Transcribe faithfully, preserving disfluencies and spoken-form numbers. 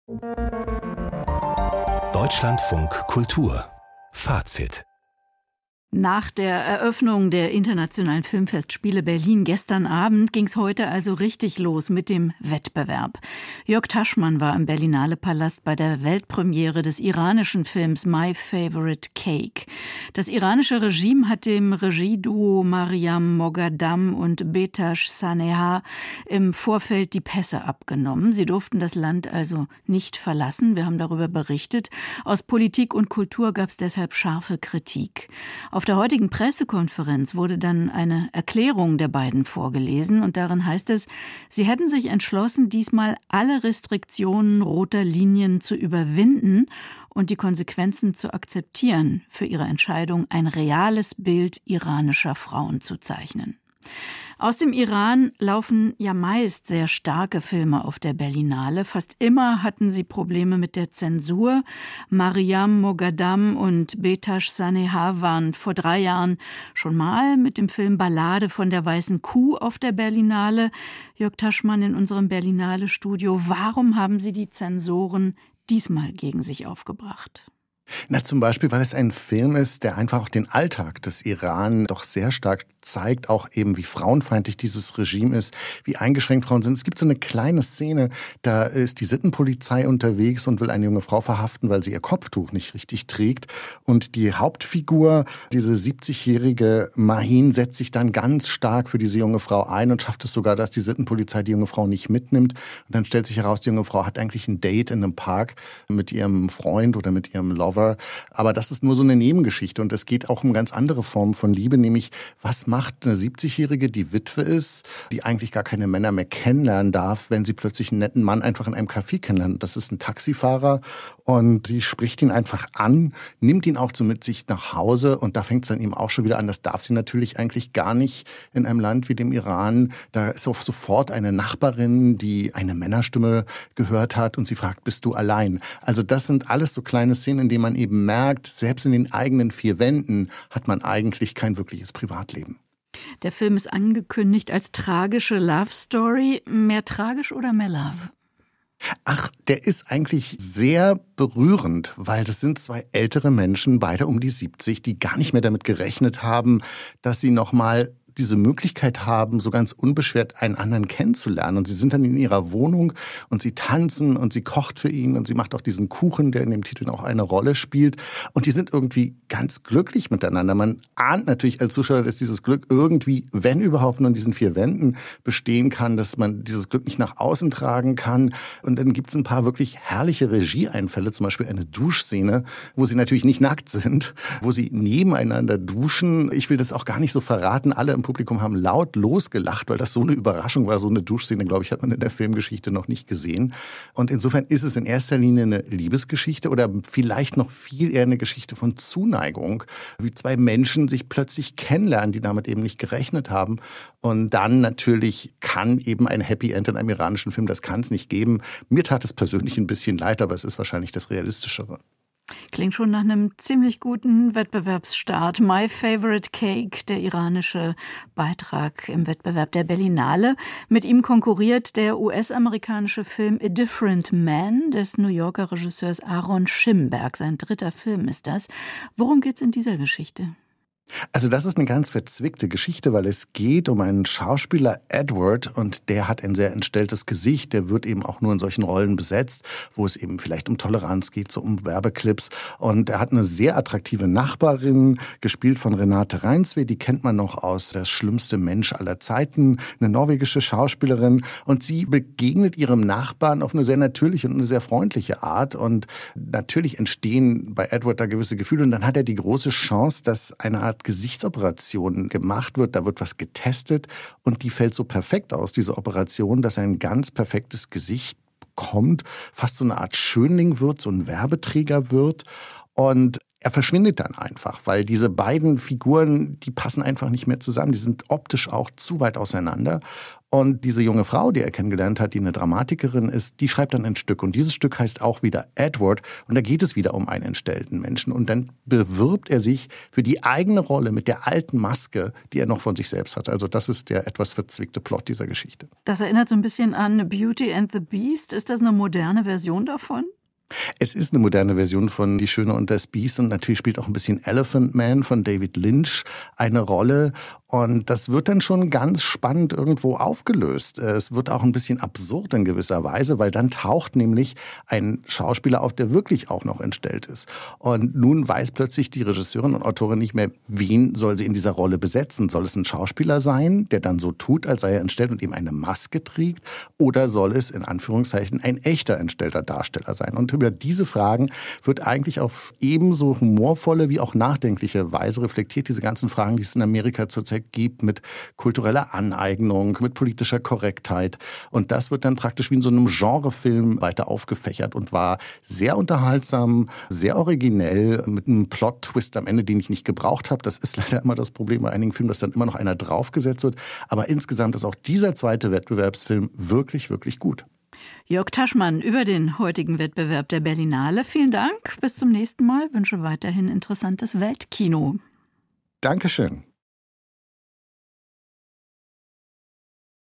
Deutschlandfunk Kultur Fazit. Nach der Eröffnung der Internationalen Filmfestspiele Berlin gestern Abend ging es heute also richtig los mit dem Wettbewerb. Jörg Taschmann war im Berlinale Palast bei der Weltpremiere des iranischen Films My Favorite Cake. Das iranische Regime hat dem Regieduo Maryam Moghadam und Behtash Sanehar im Vorfeld die Pässe abgenommen. Sie durften das Land also nicht verlassen. Wir haben darüber berichtet. Aus Politik und Kultur gab es deshalb scharfe Kritik. Auf der heutigen Pressekonferenz wurde dann eine Erklärung der beiden vorgelesen und darin heißt es, sie hätten sich entschlossen, diesmal alle Restriktionen roter Linien zu überwinden und die Konsequenzen zu akzeptieren für ihre Entscheidung, ein reales Bild iranischer Frauen zu zeichnen. Aus dem Iran laufen ja meist sehr starke Filme auf der Berlinale. Fast immer hatten sie Probleme mit der Zensur. Maryam Moghadam und Behtash Sanehar waren vor drei Jahren schon mal mit dem Film Ballade von der weißen Kuh auf der Berlinale. Jörg Taschmann in unserem Berlinale-Studio. Warum haben Sie die Zensoren diesmal gegen sich aufgebracht? Na, zum Beispiel, weil es ein Film ist, der einfach auch den Alltag des Iran doch sehr stark zeigt, auch eben wie frauenfeindlich dieses Regime ist, wie eingeschränkt Frauen sind. Es gibt so eine kleine Szene, da ist die Sittenpolizei unterwegs und will eine junge Frau verhaften, weil sie ihr Kopftuch nicht richtig trägt. Und die Hauptfigur, diese siebzigjährige Mahin, setzt sich dann ganz stark für diese junge Frau ein und schafft es sogar, dass die Sittenpolizei die junge Frau nicht mitnimmt. Und dann stellt sich heraus, die junge Frau hat eigentlich ein Date in einem Park mit ihrem Freund oder mit ihrem Lover. Aber das ist nur so eine Nebengeschichte und es geht auch um ganz andere Formen von Liebe, nämlich was macht eine siebzigjährige, die Witwe ist, die eigentlich gar keine Männer mehr kennenlernen darf, wenn sie plötzlich einen netten Mann einfach in einem Café kennenlernt. Das ist ein Taxifahrer und sie spricht ihn einfach an, nimmt ihn auch so mit sich nach Hause und da fängt es dann eben auch schon wieder an, das darf sie natürlich eigentlich gar nicht in einem Land wie dem Iran. Da ist auch sofort eine Nachbarin, die eine Männerstimme gehört hat und sie fragt, bist du allein? Also das sind alles so kleine Szenen, in denen man eben merkt, selbst in den eigenen vier Wänden hat man eigentlich kein wirkliches Privatleben. Der Film ist angekündigt als tragische Love Story. Mehr tragisch oder mehr Love? Ach, der ist eigentlich sehr berührend, weil das sind zwei ältere Menschen, beide um die siebzig, die gar nicht mehr damit gerechnet haben, dass sie noch mal diese Möglichkeit haben, so ganz unbeschwert einen anderen kennenzulernen. Und sie sind dann in ihrer Wohnung und sie tanzen und sie kocht für ihn und sie macht auch diesen Kuchen, der in dem Titel auch eine Rolle spielt. Und die sind irgendwie ganz glücklich miteinander. Man ahnt natürlich als Zuschauer, dass dieses Glück irgendwie, wenn überhaupt, nur in diesen vier Wänden bestehen kann, dass man dieses Glück nicht nach außen tragen kann. Und dann gibt es ein paar wirklich herrliche Regieeinfälle, zum Beispiel eine Duschszene, wo sie natürlich nicht nackt sind, wo sie nebeneinander duschen. Ich will das auch gar nicht so verraten. Alle im Publikum haben laut losgelacht, weil das so eine Überraschung war. So eine Duschszene, glaube ich, hat man in der Filmgeschichte noch nicht gesehen. Und insofern ist es in erster Linie eine Liebesgeschichte oder vielleicht noch viel eher eine Geschichte von Zuneigung, wie zwei Menschen sich plötzlich kennenlernen, die damit eben nicht gerechnet haben. Und dann natürlich kann eben ein Happy End in einem iranischen Film, das kann es nicht geben. Mir tat es persönlich ein bisschen leid, aber es ist wahrscheinlich das Realistischere. Klingt schon nach einem ziemlich guten Wettbewerbsstart. My Favorite Cake, der iranische Beitrag im Wettbewerb der Berlinale. Mit ihm konkurriert der U S-amerikanische Film A Different Man des New Yorker Regisseurs Aaron Schimberg. Sein dritter Film ist das. Worum geht's in dieser Geschichte? Also das ist eine ganz verzwickte Geschichte, weil es geht um einen Schauspieler, Edward, und der hat ein sehr entstelltes Gesicht. Der wird eben auch nur in solchen Rollen besetzt, wo es eben vielleicht um Toleranz geht, so um Werbeclips. Und er hat eine sehr attraktive Nachbarin, gespielt von Renate Reinsve. Die kennt man noch aus Das schlimmste Mensch aller Zeiten, eine norwegische Schauspielerin. Und sie begegnet ihrem Nachbarn auf eine sehr natürliche und eine sehr freundliche Art. Und natürlich entstehen bei Edward da gewisse Gefühle. Und dann hat er die große Chance, dass eine Art Gesichtsoperation gemacht wird, da wird was getestet und die fällt so perfekt aus, diese Operation, dass er ein ganz perfektes Gesicht bekommt, fast so eine Art Schönling wird, so ein Werbeträger wird. Und er verschwindet dann einfach, weil diese beiden Figuren, die passen einfach nicht mehr zusammen. Die sind optisch auch zu weit auseinander. Und diese junge Frau, die er kennengelernt hat, die eine Dramatikerin ist, die schreibt dann ein Stück. Und dieses Stück heißt auch wieder Edward. Und da geht es wieder um einen entstellten Menschen. Und dann bewirbt er sich für die eigene Rolle mit der alten Maske, die er noch von sich selbst hat. Also das ist der etwas verzwickte Plot dieser Geschichte. Das erinnert so ein bisschen an Beauty and the Beast. Ist das eine moderne Version davon? Es ist eine moderne Version von Die Schöne und das Biest und natürlich spielt auch ein bisschen Elephant Man von David Lynch eine Rolle. Und das wird dann schon ganz spannend irgendwo aufgelöst. Es wird auch ein bisschen absurd in gewisser Weise, weil dann taucht nämlich ein Schauspieler auf, der wirklich auch noch entstellt ist. Und nun weiß plötzlich die Regisseurin und Autorin nicht mehr, wen soll sie in dieser Rolle besetzen. Soll es ein Schauspieler sein, der dann so tut, als sei er entstellt und ihm eine Maske trägt? Oder soll es in Anführungszeichen ein echter entstellter Darsteller sein? Und über diese Fragen wird eigentlich auf ebenso humorvolle wie auch nachdenkliche Weise reflektiert, diese ganzen Fragen, die es in Amerika zurzeit gibt, mit kultureller Aneignung, mit politischer Korrektheit. Und das wird dann praktisch wie in so einem Genrefilm weiter aufgefächert und war sehr unterhaltsam, sehr originell, mit einem Plot-Twist am Ende, den ich nicht gebraucht habe. Das ist leider immer das Problem bei einigen Filmen, dass dann immer noch einer draufgesetzt wird. Aber insgesamt ist auch dieser zweite Wettbewerbsfilm wirklich, wirklich gut. Jörg Taschmann über den heutigen Wettbewerb der Berlinale. Vielen Dank. Bis zum nächsten Mal. Wünsche weiterhin interessantes Weltkino. Dankeschön.